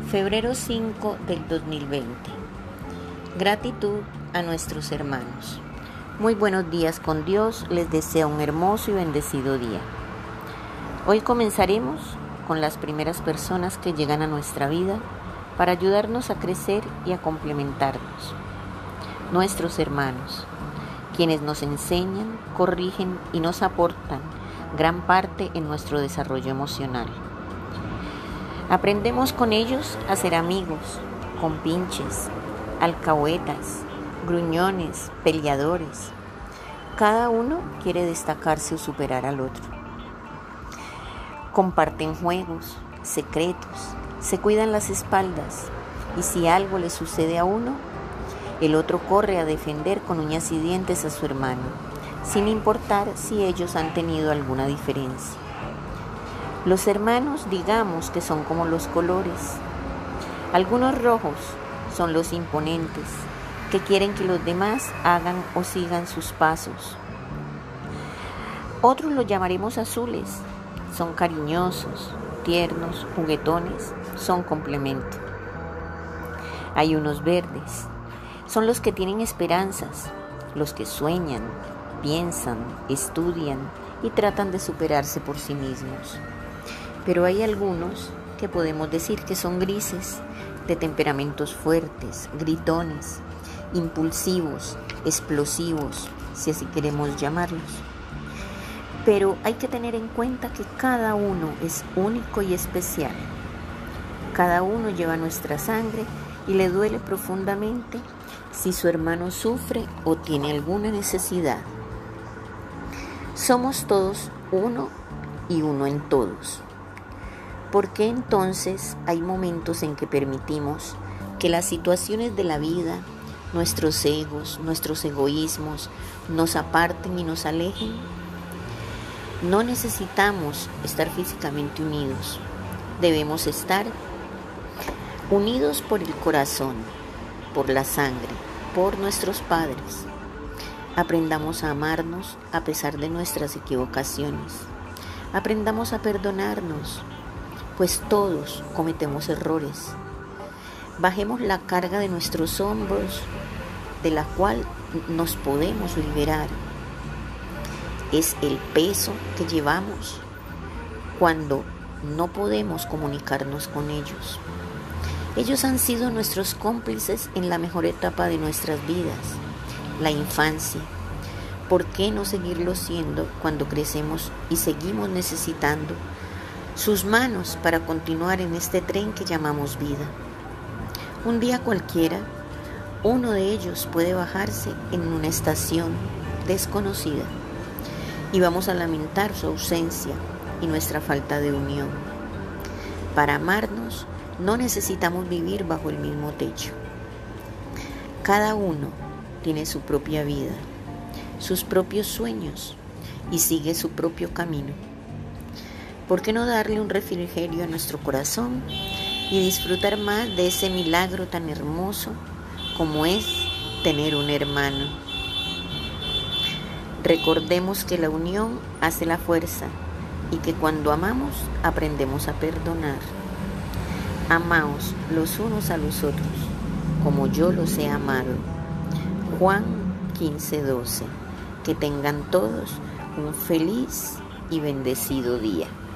Febrero 5 del 2020. Gratitud a nuestros hermanos. Muy buenos días con Dios, les deseo un hermoso y bendecido día. Hoy comenzaremos con las primeras personas que llegan a nuestra vida para ayudarnos a crecer y a complementarnos. Nuestros hermanos, quienes nos enseñan, corrigen y nos aportan gran parte en nuestro desarrollo emocional. Aprendemos con ellos a ser amigos, compinches, alcahuetas, gruñones, peleadores. Cada uno quiere destacarse o superar al otro. Comparten juegos, secretos, se cuidan las espaldas y si algo le sucede a uno, el otro corre a defender con uñas y dientes a su hermano, sin importar si ellos han tenido alguna diferencia. Los hermanos, digamos que son como los colores. Algunos rojos son los imponentes, que quieren que los demás hagan o sigan sus pasos. Otros los llamaremos azules, son cariñosos, tiernos, juguetones, son complemento. Hay unos verdes, son los que tienen esperanzas, los que sueñan, piensan, estudian y tratan de superarse por sí mismos. Pero hay algunos que podemos decir que son grises, de temperamentos fuertes, gritones, impulsivos, explosivos, si así queremos llamarlos. Pero hay que tener en cuenta que cada uno es único y especial. Cada uno lleva nuestra sangre y le duele profundamente si su hermano sufre o tiene alguna necesidad. Somos todos uno y uno en todos. ¿Por qué entonces hay momentos en que permitimos que las situaciones de la vida, nuestros egos, nuestros egoísmos, nos aparten y nos alejen? No necesitamos estar físicamente unidos. Debemos estar unidos por el corazón, por la sangre, por nuestros padres. Aprendamos a amarnos a pesar de nuestras equivocaciones. Aprendamos a perdonarnos, pues todos cometemos errores. Bajemos la carga de nuestros hombros, de la cual nos podemos liberar. Es el peso que llevamos cuando no podemos comunicarnos con ellos. Ellos han sido nuestros cómplices en la mejor etapa de nuestras vidas, la infancia. ¿Por qué no seguirlo siendo cuando crecemos y seguimos necesitando sus manos para continuar en este tren que llamamos vida? Un día cualquiera, uno de ellos puede bajarse en una estación desconocida y vamos a lamentar su ausencia y nuestra falta de unión. Para amarnos, no necesitamos vivir bajo el mismo techo. Cada uno tiene su propia vida, sus propios sueños y sigue su propio camino. ¿Por qué no darle un refrigerio a nuestro corazón y disfrutar más de ese milagro tan hermoso como es tener un hermano? Recordemos que la unión hace la fuerza y que cuando amamos aprendemos a perdonar. Amaos los unos a los otros, como yo los he amado. Juan 15:12. Que tengan todos un feliz y bendecido día.